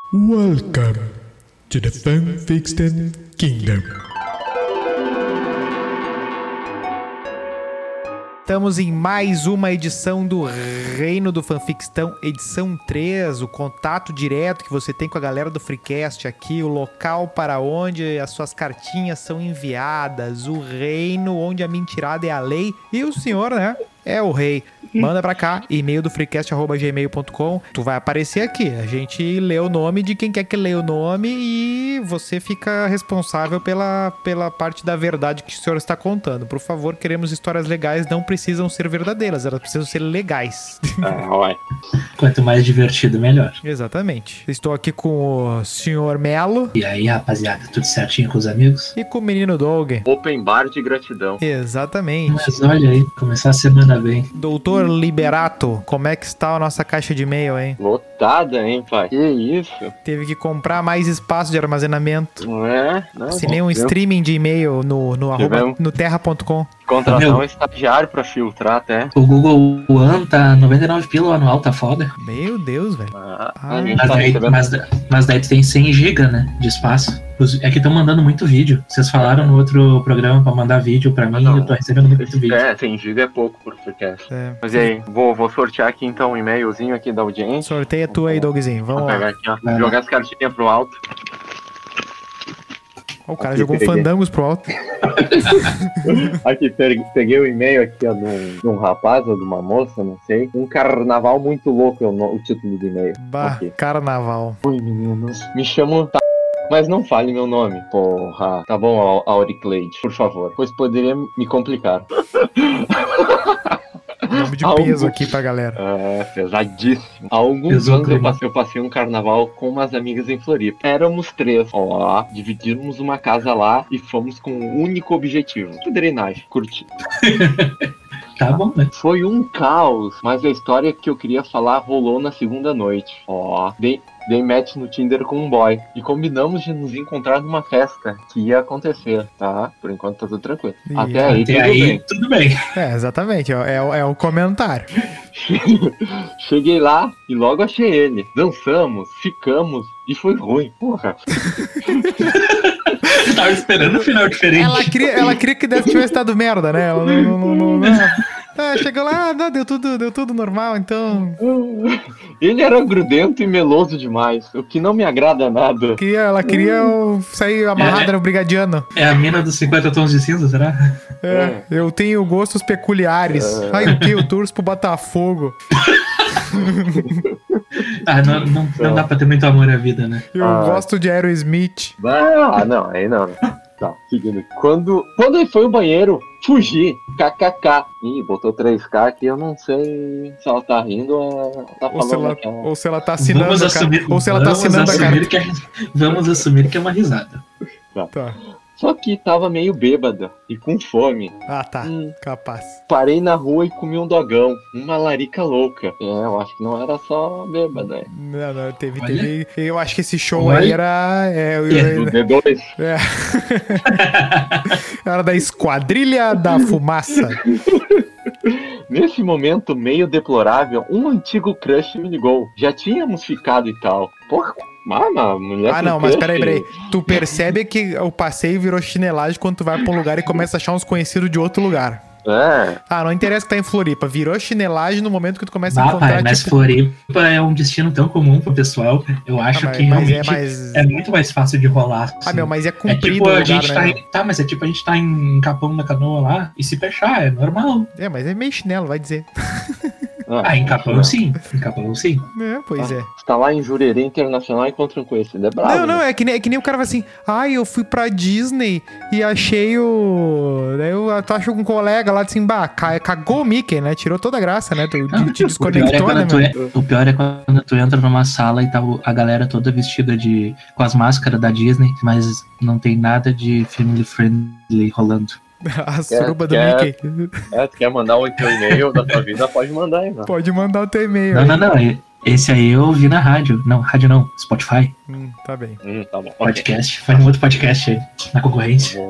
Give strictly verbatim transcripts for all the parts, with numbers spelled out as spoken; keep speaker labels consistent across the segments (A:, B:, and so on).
A: Welcome to the Fanfiction Kingdom.
B: Estamos em mais uma edição do Reino do Fanfictão, edição três, o contato direto que você tem com a galera do Freecast aqui, o local para onde as suas cartinhas são enviadas, o reino onde a mentirada é a lei e o senhor, né, é o rei. Manda pra cá, e-mail do freecast arroba gmail ponto com. Tu vai aparecer aqui. A gente lê o nome de quem quer que lê o nome e você fica responsável pela, pela parte da verdade que o senhor está contando. Por favor, queremos histórias legais, não precisam ser verdadeiras, elas precisam ser legais.
C: Ah, ué.
D: Quanto mais divertido, melhor.
B: Exatamente. Estou aqui com o senhor Melo.
D: E aí, rapaziada, tudo certinho com os amigos?
B: E com o menino Doug.
C: Open bar de gratidão.
B: Exatamente.
D: Mas olha aí, começar a semana bem.
B: Doutor Liberato, como é que está a nossa caixa de e-mail, hein?
C: Lotada, hein, pai? Que isso?
B: Teve que comprar mais espaço de armazenamento.
C: Não é? Não.
B: Assinei um
C: Viu?
B: streaming de e-mail no, no, arroba, no terra ponto com.
C: Contratar
D: Meu.
C: um estagiário pra filtrar até.
D: O Google One tá noventa e nove pila o anual, tá foda.
B: Meu Deus, velho.
C: Ah,
B: Ah,
C: a gente
D: Mas
C: tá
D: daí,
C: recebendo...
D: mas, da- mas daí tu tem cem gigas, né, de espaço. Os- É que estão mandando muito vídeo. Vocês falaram no outro programa pra mandar vídeo pra mim,
C: não.
D: eu tô recebendo muito vídeo.
C: É, cem gigas é pouco por podcast.
B: É.
C: Mas e aí, vou, vou sortear aqui então um e-mailzinho aqui da audiência.
B: Sorteia tu aí, Dougzinho.
C: Vou
B: Vamos
C: pegar
B: lá.
C: aqui, ó.
D: Vai lá.
C: Jogar as cartinhas pro alto.
B: Ó, o cara
C: Aqui,
B: jogou um
C: peguei.
B: fandangos pro alto.
C: Aqui, pe- peguei o e-mail aqui, ó, de um, de um rapaz ou de uma moça, não sei. Um carnaval muito louco é o, no- o título do e-mail.
B: Bah,
C: Aqui.
B: carnaval.
C: Oi, meninos. Me chamam Tá, mas não fale meu nome. Porra. Tá bom, Au- Auricleide, por favor. Pois poderia me complicar.
B: Nome de
C: Algo-
B: peso aqui pra galera.
C: É, pesadíssimo. Há alguns
D: Pesou
C: anos eu
D: clima.
C: passei, eu passei um carnaval com umas amigas em Floripa. Éramos três. Ó, dividimos uma casa lá e fomos com um único objetivo. Drenagem. Curti.
D: Tá bom, né?
C: Foi um caos, mas a história que eu queria falar rolou na segunda noite. Ó, dei, dei match no Tinder com um boy e combinamos de nos encontrar numa festa que ia acontecer, tá? Por enquanto tá tudo tranquilo.
B: E
C: Até aí,
D: Até
C: tudo
D: aí,
C: bem.
D: tudo bem.
B: É, exatamente. ó, É, o- é o comentário.
C: Cheguei lá e logo achei ele. Dançamos, ficamos e foi ruim. Porra.
D: Tava esperando um final diferente.
B: Ela queria, ela queria que desse- tivesse dado merda, né? Ela não, não, não, não, não. Ah, chegou lá, não, deu tudo, deu tudo normal, então.
C: Ele era grudento e meloso demais, o que não me agrada nada.
B: Queria, ela queria o- sair amarrada no brigadiano.
D: É a mina dos cinquenta tons de cinza, será?
B: É, eu tenho gostos peculiares. Ai, o que? Eu torço pro Botafogo.
D: Ah, não, não, não dá pra ter muito amor à vida, né?
B: Eu
C: Ah.
B: gosto de Aerosmith.
C: Ah, não, aí não. Tá, seguindo. Quando, quando ele foi ao banheiro, fugi. Kkk. Ih, botou três K aqui, eu não sei se ela tá rindo ou ela tá
B: Ou se,
C: falando
B: ela,
C: aquela...
B: ou se ela tá assinando
D: Vamos
B: a
D: assumir,
B: carta. Ou se ela tá
D: vamos
B: assinando a
D: assumir
B: carta.
D: que é, vamos assumir que é uma risada.
B: Tá.
C: Só que tava meio bêbada e com fome.
B: Ah, tá.
C: Hum.
B: Capaz.
C: Parei na rua e comi um dogão. Uma larica louca. É, eu acho que não era só bêbada, né?
B: Não, não, teve,
D: Olha.
B: teve. Eu acho que esse show
D: Olha.
B: aí era. É, eu-
D: É,
C: Do D dois.
B: é. Era da Esquadrilha da Fumaça.
C: Nesse momento meio deplorável, um antigo crush me ligou. Já tínhamos ficado e tal. Porra, mano, a mulher
B: Ah,
C: com
B: não, mas
C: crush-
B: peraí, peraí. Tu percebe que o passeio virou chinelagem quando tu vai pra um lugar e começa a achar uns conhecidos de outro lugar.
C: É,
B: Ah, não interessa que tá em Floripa. Virou chinelagem no momento que tu começa a
D: Ah,
B: encontrar,
D: pai, mas
B: tipo...
D: Floripa é um destino tão comum pro pessoal. Eu acho
B: Ah, mas-
D: que
B: mas é
D: realmente é,
B: mais-
D: muito mais fácil de rolar.
B: Ah,
D: assim.
B: meu, mas é
D: É
B: comprido
D: tipo
B: o
D: a
B: lugar,
D: gente
B: né?
D: tá em, tá, mas é tipo a gente tá em Capão da Canoa lá e se fechar, é normal.
B: É, mas é meio chinelo, vai dizer.
D: Ah, em Capão sim, em Capão sim.
B: É, pois é.
C: Você tá lá em Jurerê Internacional e encontra um conhecido. É bravo.
B: Não, não,
C: né?
B: é que, nem, é que nem o cara vai assim, ai, eu fui pra Disney e achei o... Daí eu tu acha um colega lá assim, bah, ca- cagou o Mickey, né? Tirou toda a graça, né? Tu te, te
D: O pior, é
B: desconectou, né,
D: quando tu
B: meu?
D: é- o pior é quando tu entra numa sala e tá o- a galera toda vestida de com as máscaras da Disney, mas não tem nada de family friendly rolando.
B: A suruba do
C: quer-
B: Mickey.
C: É, tu quer mandar um teu e-mail da tua vida, pode mandar aí, mano.
B: Pode mandar o teu e-mail.
D: Não,
B: aí.
D: não, não. e- Esse aí eu ouvi na rádio. Não, rádio não. Spotify.
B: Hum, tá bem.
C: Hum, tá bom. Ok.
D: Podcast. Faz um outro podcast aí. Na concorrência.
C: Vou-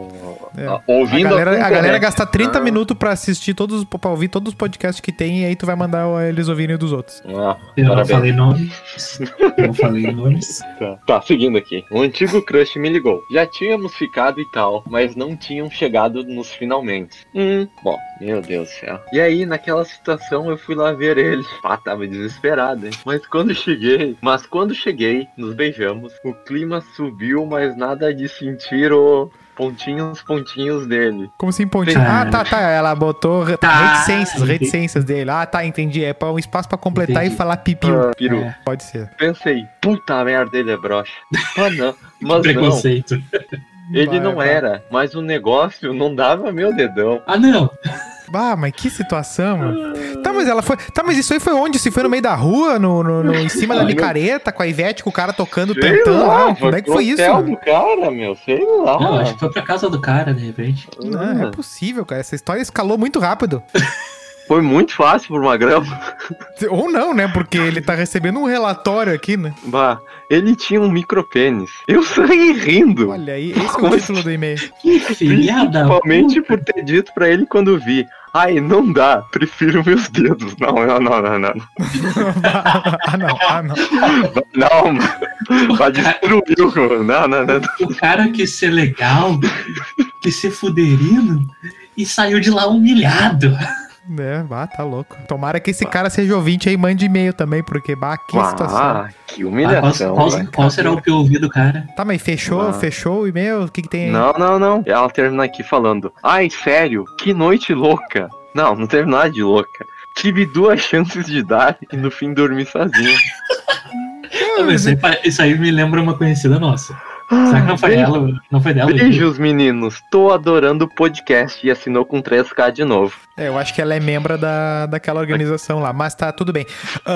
B: É.
C: Ah, ouvindo
B: a galera, a galera
C: concorrente.
B: gasta trinta
C: Ah.
B: minutos pra assistir todos, os- pra ouvir todos os podcasts que tem, e aí tu vai mandar eles ouvirem dos outros.
C: Ah,
D: Eu não
C: parabéns.
D: falei nomes. Eu não falei nomes.
C: Tá. Tá, seguindo aqui. Um antigo crush me ligou. Já tínhamos ficado e tal, mas não tinham chegado nos finalmente. Hum, bom, meu Deus do céu. E aí, naquela situação, eu fui lá ver ele. Ah, tava desesperado, hein? Mas quando cheguei, mas quando cheguei, nos beijamos, o clima subiu, mas nada de sentir o pontinhos, pontinhos dele.
B: Como assim, pontinho?
D: Ah.
B: Ah, tá, tá. Ela botou re-
D: Tá.
B: reticências, reticências dele. Ah, tá, entendi. É pra um espaço pra completar
D: Entendi.
B: e falar pipiu.
C: Ah, peru.
D: É.
B: Pode ser.
C: Pensei, puta merda, ele é broxa. Ah, não. Mas não,
D: Preconceito.
C: ele
B: Vai,
C: não
B: vai.
C: era. Mas o negócio não dava meu dedão.
D: Ah, não.
B: Ah, mas que situação, mano. Tá, mas ela foi. Tá, mas isso aí foi onde? Se foi no meio da rua, no, no, no- em cima da micareta, com a Ivete, com o cara tocando,
C: Sei
B: tentando lá.
C: lá,
B: Como é que
C: pro
B: foi isso?
C: hotel
B: Mano?
C: do cara, meu, sei lá.
D: Não, acho que foi pra casa do cara, de repente.
B: Não, é possível, cara. Essa história escalou muito rápido.
C: Foi muito fácil por uma grama.
B: Ou não, né? Porque ele tá recebendo um relatório aqui, né?
C: Bah, ele tinha um micropênis. Eu saí rindo.
B: Olha aí, esse é o
C: Como
B: título do e-mail.
D: Filha da
C: Principalmente
D: puta.
C: por ter dito pra ele quando vi. Ai, não dá, prefiro meus dedos. Não, não, não, não, não.
B: ah, não, ah, não.
C: Não, mano. Vai destruir o. Não, não, não.
D: O cara quis ser legal, quis ser fuderino e saiu de lá humilhado.
B: É, bah, tá louco. Tomara que esse cara seja ouvinte aí e mande e-mail também, porque, bah, que situação.
C: Ah, que
D: Ah, qual,
C: humilhação.
D: qual-
C: velho.
D: qual será o P O V do cara?
B: Tá, mas fechou,
C: Ah.
B: fechou o e-mail? O que que tem aí?
C: Não, não, não. Ela termina aqui falando. Ai, sério, que noite louca. Não, não teve nada de louca. Tive duas chances de dar e no fim dormi sozinha.
D: Ah, mas isso, aí, pa- isso aí me lembra uma conhecida nossa. Será que não foi
C: Beijo-
D: ela? Não foi dela?
C: Beijos, meninos. Tô adorando o podcast e assinou com três K de novo.
B: É, eu acho que ela é membro da, daquela organização lá, mas tá tudo bem.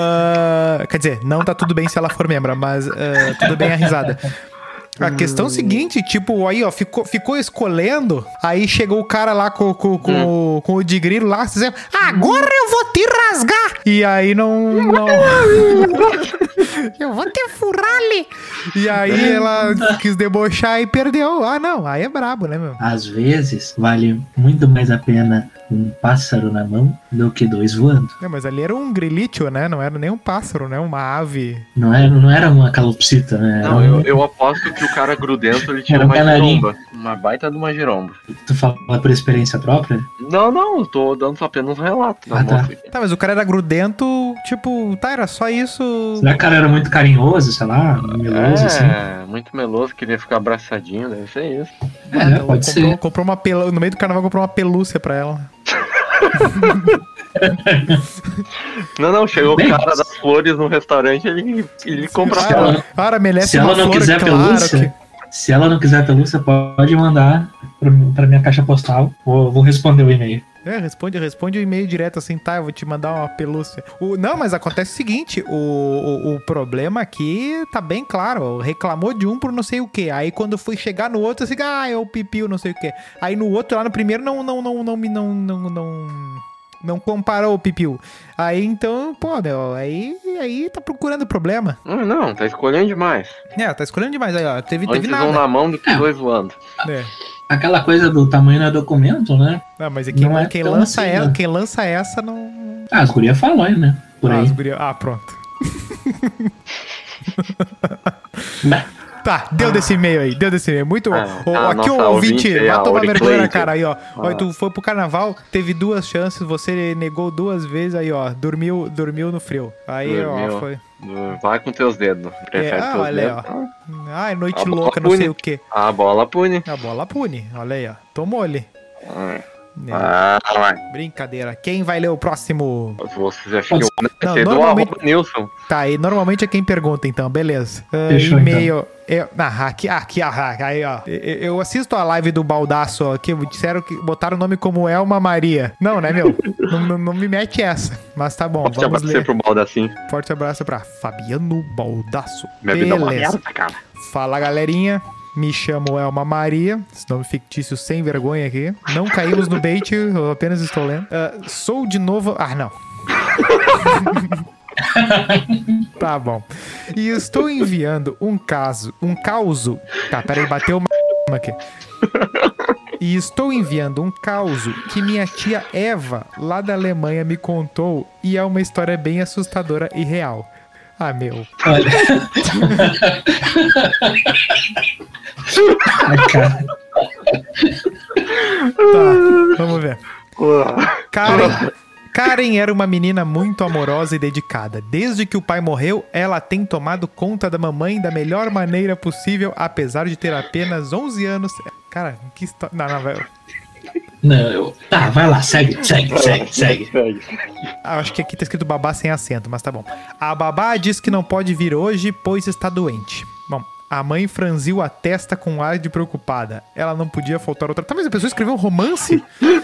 B: Ah, quer dizer, não tá tudo bem se ela for membro, mas ah, tudo bem a risada. A questão é o seguinte, tipo, aí, ó, ficou, ficou escolhendo, aí chegou o cara lá com, com, com, com o de grilo lá, dizendo, agora eu vou te rasgar! E aí não... não... eu vou te furar ali! E aí ela quis debochar e perdeu. Ah, não, aí é brabo, né, meu?
D: Às vezes, vale muito mais a pena um pássaro na mão do que dois voando.
B: É, mas ali era um grilítio, né? Não era nem um pássaro, né? Uma ave.
D: Não era, não era uma calopsita, né? Era
C: Não,
D: um-
C: eu, eu aposto que o cara grudento ele tinha
D: Era um
C: uma
D: canarinho.
C: giromba. Uma baita de uma giromba.
D: Tu fala por experiência própria?
C: Não, não, eu tô dando só apenas um relato da
D: Ah, tá.
C: moça aqui.
B: Tá, mas o cara era grudento, tipo, tá, era só isso.
D: Será que o cara era muito carinhoso, sei lá, meloso, assim?
C: É, muito meloso, queria ficar abraçadinho, deve ser isso.
D: É,
B: Ela
D: pode
B: comprou,
D: ser.
B: comprou uma pelu... No meio do carnaval comprou uma pelúcia pra ela.
C: Não, não, chegou o
D: Bem,
C: cara
D: mas-
C: das flores no restaurante, ele, ele compra
D: Se
C: a
D: ela-
C: flor.
B: Cara, merece
D: Se
B: uma
D: ela não
B: flor,
D: quiser
B: claro
D: pelúcia,
B: que...
D: Se ela não quiser pelúcia, pode mandar pra, pra minha caixa postal. Vou, vou responder o e-mail.
B: É, responde, responde o e-mail direto assim, tá, eu vou te mandar uma pelúcia. O, não, mas acontece o seguinte, o, o, o problema aqui tá bem claro, reclamou de um por não sei o que, aí quando foi chegar no outro, assim, ah, é o pipiu, não sei o que. Aí no outro, lá no primeiro, não, não, não, não, me não, não, não, não comparou o pipiu. Aí então, pô, meu, aí, aí tá procurando problema.
C: Não, não, tá escolhendo demais.
B: É, tá escolhendo demais aí, ó, teve, teve
C: Antes
B: nada.
C: um na mão do que
D: É.
C: dois voando.
B: É.
D: Aquela coisa do tamanho no documento, né?
B: Não, mas é quem,
D: Não é
B: quem
D: tão
B: lança
D: assim,
B: ela,
D: né?
B: quem lança essa não...
D: Ah, as gurias falam, né? Por
B: ah,
D: aí.
B: as guria- ah, pronto.
D: Bah,
B: Tá, deu desse e-mail aí, deu desse e-mail. Muito bom.
C: Ah,
B: Ô,
C: a
B: aqui,
C: nossa
B: o ouvinte,
C: ouvinte aí,
B: vai
C: a
B: tomar
C: Auricleide.
B: vergonha na cara aí, ó. Ó,
C: Ah.
B: tu foi pro carnaval, teve duas chances, você negou duas vezes aí, ó. Dormiu, dormiu no frio. Aí, ó,
C: Dormiu.
B: foi.
C: Vai com teus dedos. Prefere
B: ah,
C: teus
B: olha aí,
C: dedos.
B: Ai, noite
C: A bola
B: louca, não
C: pune.
B: sei o quê.
C: A bola pune.
B: A bola pune, olha aí, ó. Tomou ali.
C: Ah,
B: É,
C: Ah, vai.
B: brincadeira. Quem vai ler o próximo?
C: Você acha que eu
B: Não,
C: ser do
B: normalmente-
C: arroba Nilson?
B: Tá, aí normalmente é quem pergunta, então, beleza. Ah,
D: Fechou,
B: e-mail. Eu, ah, aqui, aqui, ah, aí, ó. Eu, eu assisto a live do Baldaço aqui, disseram que botaram o nome como Elma Maria. Não, né, meu? não, não, não me mete essa. Mas tá bom,
C: Pode
B: vamos
C: abraçar
B: ler.
C: pro Baldacim.
B: Forte abraço pra Fabiano Baldaço.
C: Minha vida é uma
B: Beleza.
C: merda, cara.
B: Fala, galerinha. Me chamo Elma Maria, esse nome fictício sem vergonha aqui. Não caímos no bait, eu apenas estou lendo. Ah, sou de novo... Ah, não. Tá bom. E estou enviando um caso, um causo... Tá, peraí, bateu uma aqui. E estou enviando um caso que minha tia Eva, lá da Alemanha, me contou e é uma história bem assustadora e real. Ah, meu.
D: Olha. Ai, cara.
B: Tá, vamos ver. Karen, Karen era uma menina muito amorosa e dedicada. Desde que o pai morreu, ela tem tomado conta da mamãe da melhor maneira possível, apesar de ter apenas onze anos. Cara, que história... Não, não, vai...
D: Não, eu... Tá, vai lá, segue, segue, segue, segue.
B: Ah, acho que aqui tá escrito babá sem acento, mas tá bom. A babá diz que não pode vir hoje, pois está doente. Bom, a mãe franziu a testa com ar de preocupada. Ela não podia faltar outra... Tá, mas a pessoa escreveu um romance?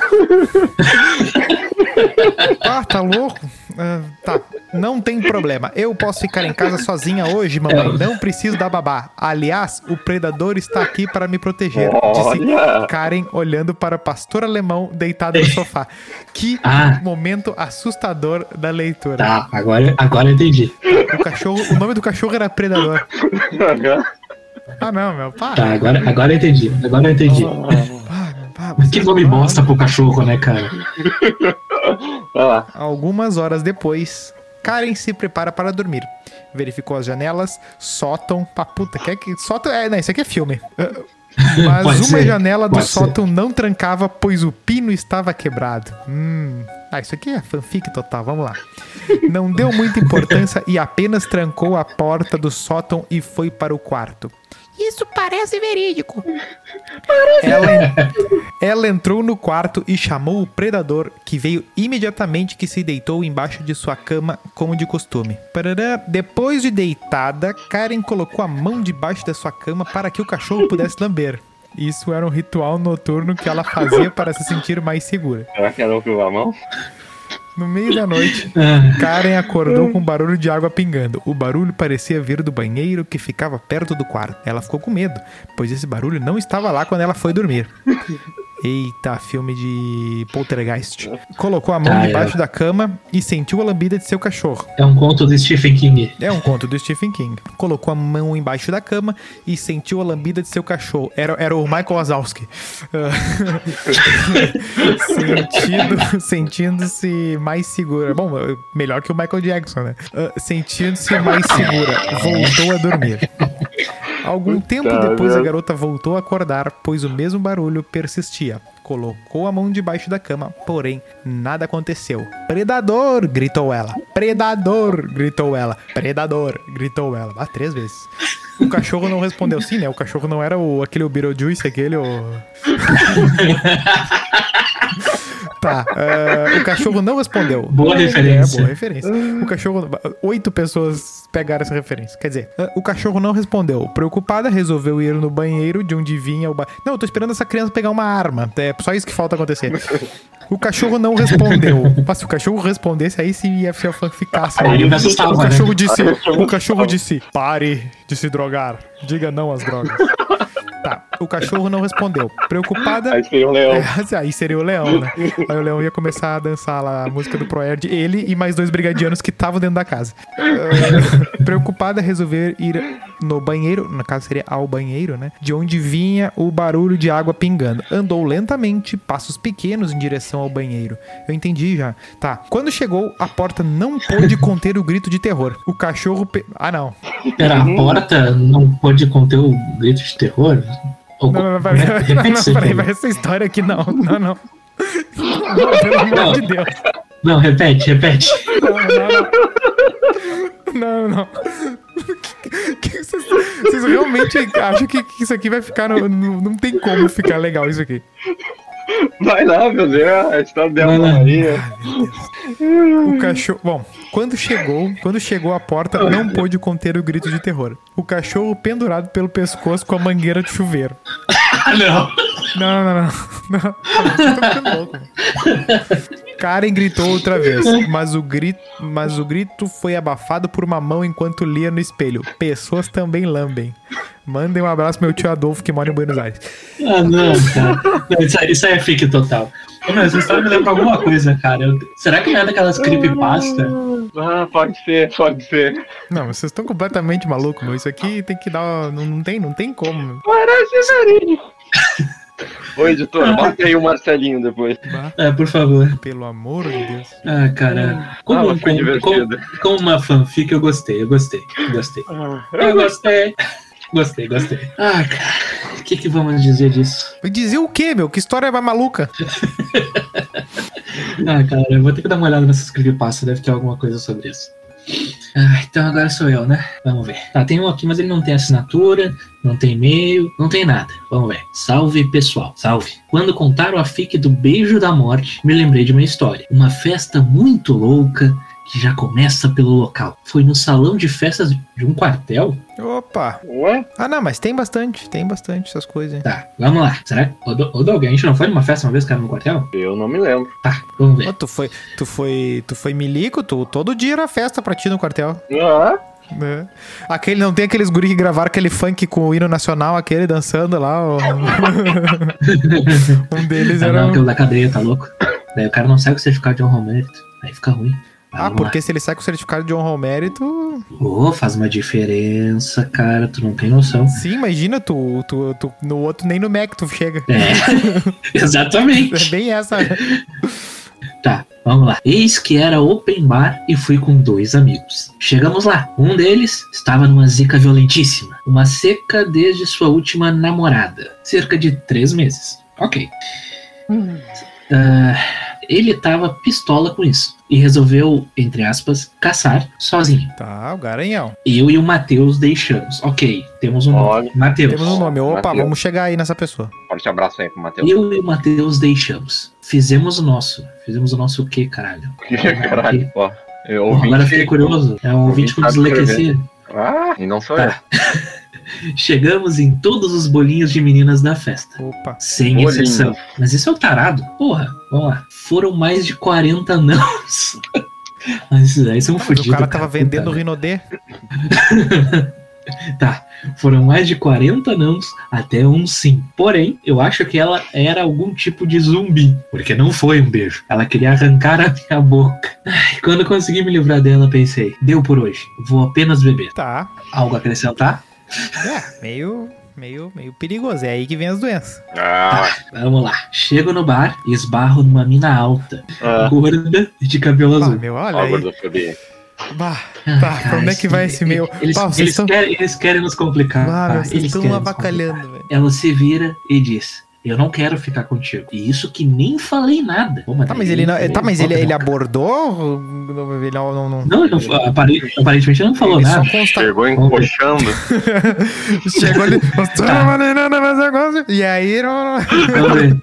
B: Ah, tá louco? Uh, tá, não tem problema. Eu posso ficar em casa sozinha hoje, mamãe. Não preciso da babá. Aliás, o predador está aqui para me proteger. Disse Karen, olhando para o pastor alemão deitado no sofá. Que
D: Ah.
B: momento assustador da leitura.
D: Tá, agora, agora eu entendi.
B: O cachorro, o nome do cachorro era Predador. Ah, não, meu, para.
D: Tá, agora, agora eu entendi. Agora eu entendi.
B: Ah, ah,
D: Mas que nome bosta pro cachorro, né, cara?
C: Vai lá.
B: Algumas horas depois, Karen se prepara para dormir. Verificou as janelas, sótão... Pá, puta, quer que... Sótão... É, não, isso aqui é filme. Uh, Mas
D: Pode
B: uma
D: ser,
B: janela do
D: pode
B: sótão não trancava, pois o pino estava quebrado. Hum... Ah, isso aqui é fanfic total, vamos lá. Não deu muita importância e apenas trancou a porta do sótão e foi para o quarto. Isso parece verídico. Ela, ela entrou no quarto e chamou o predador, que veio imediatamente que se deitou embaixo de sua cama, como de costume. Parará. Depois de deitada, Karen colocou a mão debaixo da sua cama para que o cachorro pudesse lamber. Isso era um ritual noturno que ela fazia para se sentir mais segura.
C: Será que ela ouviu a mão?
B: No meio da noite,
D: Ah,
B: Karen acordou com um barulho de água pingando. O barulho parecia vir do banheiro que ficava perto do quarto. Ela ficou com medo, pois esse barulho não estava lá quando ela foi dormir. Eita, filme de poltergeist. Colocou a mão
D: Ah, é.
B: debaixo da cama e sentiu a lambida de seu cachorro.
D: é um conto do Stephen King.
B: É um conto do Stephen King. Colocou a mão embaixo da cama e sentiu a lambida de seu cachorro. Era, era o Michael Wazowski. Ah, Sentindo, sentindo-se mais segura. Bom, melhor que o Michael Jackson, né? Ah, sentindo-se mais segura. Voltou a dormir. Algum tempo
C: Puta
B: depois a
C: merda.
B: garota voltou a acordar, pois o mesmo barulho persistia. Colocou a mão debaixo da cama, porém nada aconteceu. Predador! Gritou ela. Predador! Gritou ela. Predador! Gritou ela. Ah, três vezes. O cachorro não respondeu. Sim, né? O cachorro não era o, aquele o Beetlejuice, aquele o... Tá, uh, o cachorro não respondeu.
D: Boa referência.
B: É, boa referência. O cachorro... Oito pessoas pegaram essa referência. Quer dizer, uh, o cachorro não respondeu. Preocupada, resolveu ir no banheiro de onde vinha o... Ba... Não, eu tô esperando essa criança pegar uma arma. É só isso que falta acontecer. O cachorro não respondeu. Mas se o cachorro respondesse, aí sim ia ficar.
D: Aí eu me assustava,
B: O cachorro
D: né?
B: disse... O cachorro disse... Pare de se drogar. Diga não às drogas. Tá, o cachorro não respondeu. Preocupada...
C: Aí seria um leão.
B: É, aí seria o leão, né? Aí o leão ia começar a dançar lá a música do Proerd, ele e mais dois brigadianos que estavam dentro da casa. Uh, preocupada, resolver ir no banheiro, no caso seria ao banheiro, né? De onde vinha o barulho de água pingando. Andou lentamente, passos pequenos em direção ao banheiro. Eu entendi já. Tá. Quando chegou, a porta não pôde conter o grito de terror. O cachorro... Pe... Ah, não.
D: Pera, a porta não pode conter o grito de terror? Ou-
B: Não, não, não, peraí,
D: Repete
B: não, não,
D: isso aí,
B: peraí,
D: peraí.
B: essa história aqui não, não, não. Não, pelo amor de Deus.
D: Não, repete, repete.
B: Não, não, não. Não, não. Que- que Vocês vocês realmente acham que, que isso aqui vai ficar... No, no- não tem como ficar legal isso aqui.
C: Vai lá, meu Deus. A história dela
D: Vai lá.
C: Maria.
B: O cachorro... Bom, quando chegou, quando chegou à porta, não pôde conter o grito de terror. O cachorro pendurado pelo pescoço com a mangueira de chuveiro.
D: Ah, não.
B: Não, não, não. Não, eu tô ficando louco. Karen gritou outra vez, mas o, grito, mas o grito foi abafado por uma mão enquanto lia no espelho. Pessoas também lambem. Mandem um abraço pro meu tio Adolfo, que mora em Buenos Aires.
D: Ah, não, cara. Não, isso, aí- isso aí é fique total. Ô, meu, essa história me lembra alguma coisa, cara. Eu- será que não é daquelas creepypasta?
C: Ah, pode ser, pode ser.
B: Não, vocês estão completamente malucos, meu. Isso aqui tem que dar... Não, não, tem, não tem como.
C: Parece verídico. Ô, editor, bota aí o Marcelinho depois.
B: Bah,
D: É, por favor.
B: pelo amor de Deus.
D: Ah, cara. Como,
C: Ah, mas foi
D: como, como,
C: divertido.
D: como uma fanfic, eu gostei, eu gostei, gostei. Eu gostei. Gostei, gostei. Ah, cara. O que, que vamos dizer disso?
B: Vai dizer o quê, meu? Que história mais maluca?
D: Ah, cara, eu vou ter que dar uma olhada nessas creepypastas, deve ter alguma coisa sobre isso. Ah, então agora sou eu, né? Vamos ver. Tá, tem um aqui, mas ele não tem assinatura, não tem e-mail, não tem nada. Vamos ver. Salve, pessoal. Salve. Quando contaram a fic do Beijo da Morte, me lembrei de uma história. Uma festa muito louca que já começa pelo local. Foi no salão de festas de um quartel?
B: Opa.
C: Ué?
B: Ah, não, mas tem bastante. Tem bastante essas coisas, hein?
D: Tá, vamos lá. Será que... Ô, Do- ô Doug, a gente não foi numa festa uma vez, cara, no quartel?
C: Eu não me lembro.
D: Tá, vamos ver.
B: Ô, tu foi, tu foi, tu foi milico, tu, todo dia era festa pra ti no quartel.
C: Ah,
B: Né? Aquele, não tem aqueles guri que gravaram aquele funk com o hino nacional, aquele dançando lá, ó. Um deles
D: Ah,
B: era...
D: não,
B: um-
D: aquilo da cadeia, tá louco? Daí o cara não sai com o certificado de honra ao mérito. Aí fica ruim.
B: Ah,
D: Vamos
B: porque se ele sai com o certificado de honra ao mérito...
D: lá. Ô, faz uma diferença, cara. Tu não tem noção.
B: Sim, imagina, tu, tu, tu no outro nem no Mac tu chega.
D: É,
B: É
D: exatamente.
B: bem essa.
D: Tá, vamos lá. Eis que era open bar e fui com dois amigos. Chegamos lá. Um deles estava numa zica violentíssima. Uma seca desde sua última namorada. Cerca de três meses. Ok. Ah, ele tava pistola com isso. E resolveu, entre aspas, caçar sozinho.
B: Tá, o garanhão.
D: Eu e o Matheus deixamos. Ok, temos um
C: Olha.
D: nome. Matheus.
B: Temos um nome. Opa,
C: Mateus.
B: vamos chegar aí nessa pessoa.
C: forte abraço aí pro Matheus.
D: Eu e o Matheus deixamos. Fizemos o nosso. Fizemos o nosso o quê, caralho?
C: Caralho, ó. Eu
D: Pô,
C: ouvi.
D: agora fiquei curioso. É um ouvinte com
C: sabe
D: dislexia.
C: Ah, e não sou
D: Tá. Chegamos em todos os bolinhos de meninas da festa.
B: Opa.
D: Sem
C: Bolinhos.
D: exceção. Mas isso é o tarado? Porra, vamos lá. Foram mais de quarenta nãos. Mas esses aí são
B: Mas
D: fodidos.
B: o cara tava
D: Puta
B: vendendo
D: merda.
B: Rinodê.
D: Tá, foram mais de quarenta nãos até um sim. Porém, eu acho que ela era algum tipo de zumbi, porque não foi um beijo. Ela queria arrancar a minha boca. Ai, quando eu consegui me livrar dela, pensei, deu por hoje, vou apenas beber.
B: Tá.
D: Algo a acrescentar?
B: É, meio, meio, meio perigoso. É aí que vem as doenças.
C: Ah,
D: Vamos lá. Chego no bar e esbarro numa mina alta,
C: ah,
D: gorda e de cabelo
B: Ah,
D: azul.
B: meu, olha
C: ó,
B: aí.
C: gordofobia.
B: Bah,
D: Ah,
B: tá,
D: cara,
B: pra onde é que
D: esse-
B: vai esse meio?
D: Eles,
B: Bah, vocês
D: eles
B: estão...
D: querem, eles querem nos complicar.
B: Bah,
D: tá?
B: meu, vocês
D: Eles
B: estão
D: querem nos complicar.
B: avacalhando, velho.
D: Ela se vira e diz: eu não quero ficar contigo. E isso que nem falei nada. Pô,
B: Tá, mas ele, não, tá, mas ele, ele abordou? Ele não, não, não...
D: Não, ele não, apare- aparentemente ele não falou
B: ele
D: nada.
B: só consta...
C: Chegou encoxando.
B: Chegou ali, mostrou
D: Tá.
B: a maneira, mas negócio. E aí, não, não...
D: Vamos ver.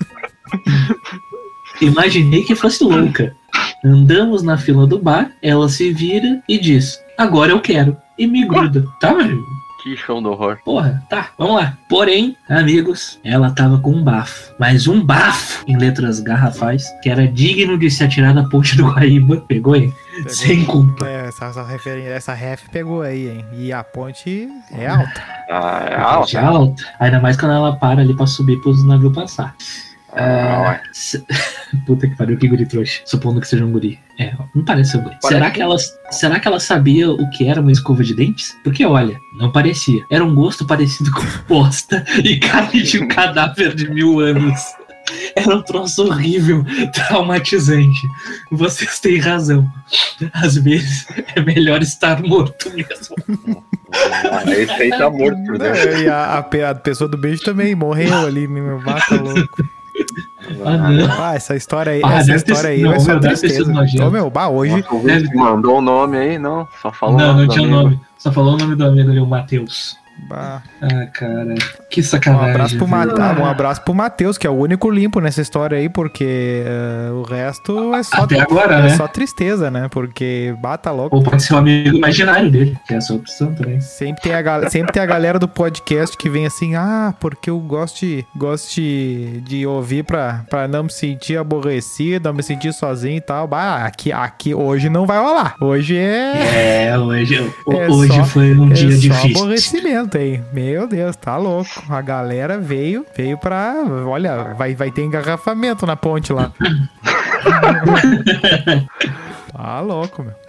D: Imaginei que fosse louca. Andamos na fila do bar, ela se vira e diz: agora eu quero. E me gruda. Tá, velho?
C: Que show do horror.
D: Porra, tá, vamos lá. Porém, amigos, ela tava com um bafo. Mas um bafo, em letras garrafais, que era digno de se atirar da ponte do Guaíba. Pegou, hein?
B: Pegou.
D: Sem culpa.
B: É, essa, essa, referência, essa ref pegou aí, hein? E a ponte é alta.
C: Ah, é
D: Ponte
C: alta.
D: alta. Ainda mais quando ela para ali pra subir pros navios passar.
C: Ah, ué.
D: Se- Puta que pariu, que guri trouxa. Supondo que seja um guri. É, não parece ser um guri.
C: Parece
D: Será que, ela, será que ela sabia o que era uma escova de dentes? Porque, olha, não parecia. Era um gosto parecido com bosta e carne de um cadáver de mil anos. Era um troço horrível, traumatizante. Vocês têm razão. Às vezes é melhor estar morto mesmo.
C: Ah, esse aí tá morto por dentro.
B: É, e a, a pe- a pessoa do beijo também morreu ali, meu vaca louco.
D: Ah, não.
B: Ah, essa história aí,
D: Ah,
B: essa
D: deve ter
B: história aí
D: sido-
B: vai
D: não,
B: só
D: meu, deve ter
B: tristeza.
D: sido nojento.
B: Ô, meu, bah, hoje...
C: Nosso ouvinte mandou o nome aí, não? Só falou
D: Não,
C: o nome
D: não
C: do
D: tinha
C: amigo.
D: nome. Só falou o nome do amigo ali, o Matheus.
B: Bah,
D: Ah, cara. Que
B: um
D: sacanagem.
B: abraço pro
D: viu?
B: Mata- um abraço pro Matheus, que é o único limpo nessa história aí, porque eh, o resto é só,
D: Até agora,
B: é
D: né?
B: só tristeza, né? Porque bata louco.
D: Ou pode ser um amigo imaginário dele, que é essa opção também.
B: Sempre tem, a, gal- sempre tem a galera do podcast que vem assim, ah, porque eu gosto de, gosto de, de ouvir pra, pra não me sentir aborrecido, não me sentir sozinho e tal. Bah, aqui, aqui hoje não vai rolar. Hoje é,
D: É, hoje,
B: É
D: hoje
B: só-
D: foi um
B: é
D: dia
B: só
D: difícil.
B: aborrecimento aí. Meu Deus, tá louco. A galera veio, veio pra, olha, vai, vai ter engarrafamento na ponte lá. Tá louco, meu.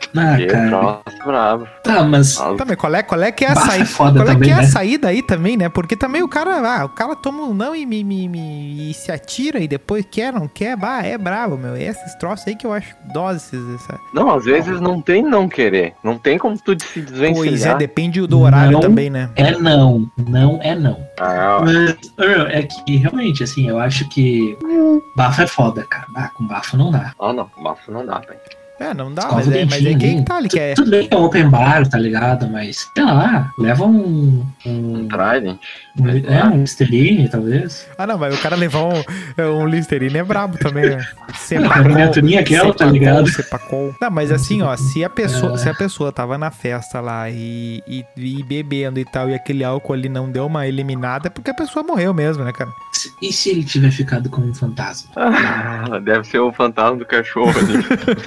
D: Ah,
C: Que
D: cara.
C: troço brabo.
D: Tá, mas.
C: Nossa.
B: Tá, mas qual é, qual é que é a
D: Bah,
B: saída?
D: é foda
B: Qual é
D: também,
B: que é a
D: né?
B: saída aí também, né? Porque também o cara, ah, o cara toma um não e, me, me, me- e se atira e depois quer, não quer, bah, é brabo, meu. Esses troços aí que eu acho doses, essa...
C: Não, às vezes não tem não querer. Não tem como tu se desvencilhar.
B: Pois é, depende do horário
D: Não.
B: também, né?
D: É não. Não é não.
C: Ah,
D: Mas, meu, é que realmente, assim, eu acho que bafo é foda, cara. Ah, com bafo não dá.
C: ah, não. Bafo não dá, velho.
B: É, não dá,
D: Escova
B: mas
D: o
B: é, mas é
D: dentinho
B: quem
D: ali.
B: tá ali,
D: Tu-
B: que é...
D: Tudo bem que é open bar, tá ligado? Mas, sei lá, leva um.
C: Um
D: Um,
C: Trident.
D: um, é, um Listerine, talvez.
B: Ah, não, mas o cara levar um, um Listerine é brabo também, né?
D: a miniaturinha aquela, tá ligado?
B: Sepacol. Não, mas assim, ó, se a pessoa,
D: É.
B: se a pessoa tava na festa lá e, e, e bebendo e tal, e aquele álcool ali não deu uma eliminada, é porque a pessoa morreu mesmo, né, cara?
D: Se- E se ele tiver ficado como um fantasma?
C: Ah, deve ser o fantasma do cachorro ali.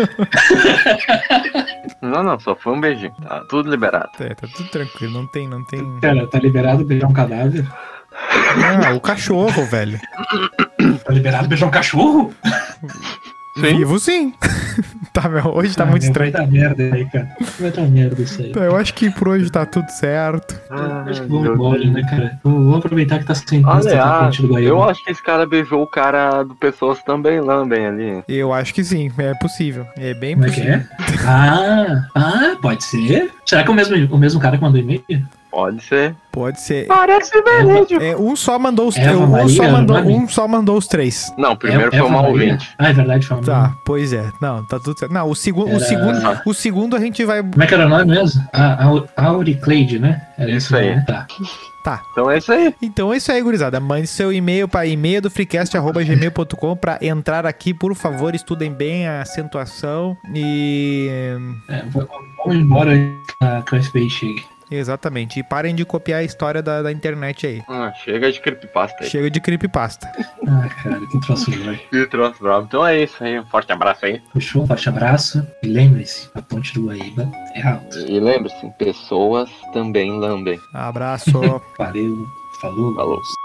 C: Não, não, só foi um beijinho. Tá tudo liberado.
B: É, tá tudo tranquilo, não tem, não tem...
D: Cara, tá liberado beijar um cadáver?
B: Ah, o cachorro, velho.
D: Tá liberado beijar um cachorro?
C: Sim.
B: Vivo sim. Tá, meu, hoje tá
D: Ah,
B: muito
D: meu,
B: estranho.
D: Vai dar merda aí, cara. Vai dar merda isso aí.
B: Tá, eu acho que por hoje tá tudo certo.
C: Ah,
D: Acho que vamos
C: meu
D: embora,
C: Deus.
D: né, cara? Vamos vamos aproveitar que tá sem pista aqui na
C: Aliás,
D: ponte do Guaíba.
C: eu acho que esse cara beijou o cara do Pessoas Também Lambem ali.
B: Eu acho que sim, é possível. É bem
D: Como é que
B: possível.
D: é? Ah, ah, pode ser. Será que é o mesmo, o mesmo cara que mandou e-mail?
C: Pode ser.
B: Pode ser.
C: Parece verídico.
B: É, um só mandou os
D: Eva
B: um
D: Maria,
B: só mandou,
D: nome?
B: um só mandou os três.
C: Não, primeiro
D: É-
C: foi uma
D: Eva Maria?
C: ouvinte.
D: Ah, é verdade, foi uma
B: Tá, pois é. Não, tá tudo certo. Não, o, segu o,
D: Era-
B: segundo, o segundo a gente vai.
D: Como é que era o nome mesmo? A, a, Auricleide, né? Era
C: Isso
D: esse
C: aí.
D: nome, Tá.
B: Tá.
C: Então é isso aí.
B: Então é isso aí, gurizada. Mande seu e-mail para e-mail do freecast arroba gmail ponto com para entrar aqui, por favor, estudem bem a acentuação e.
D: É, v- vamos embora aí que a Crossbay chegue.
B: Exatamente. E parem de copiar a história da, da internet aí.
C: Ah, chega de creepypasta aí.
B: Chega de creepypasta.
D: Ah, cara, que troço vai.
C: Que troço bravo. Então é isso aí. Um forte abraço aí.
D: Fechou? Um forte abraço. E lembre-se, a ponte do Guaíba é alta.
C: E lembre-se, pessoas também lambem.
B: Abraço.
D: Valeu, falou.
C: Falou.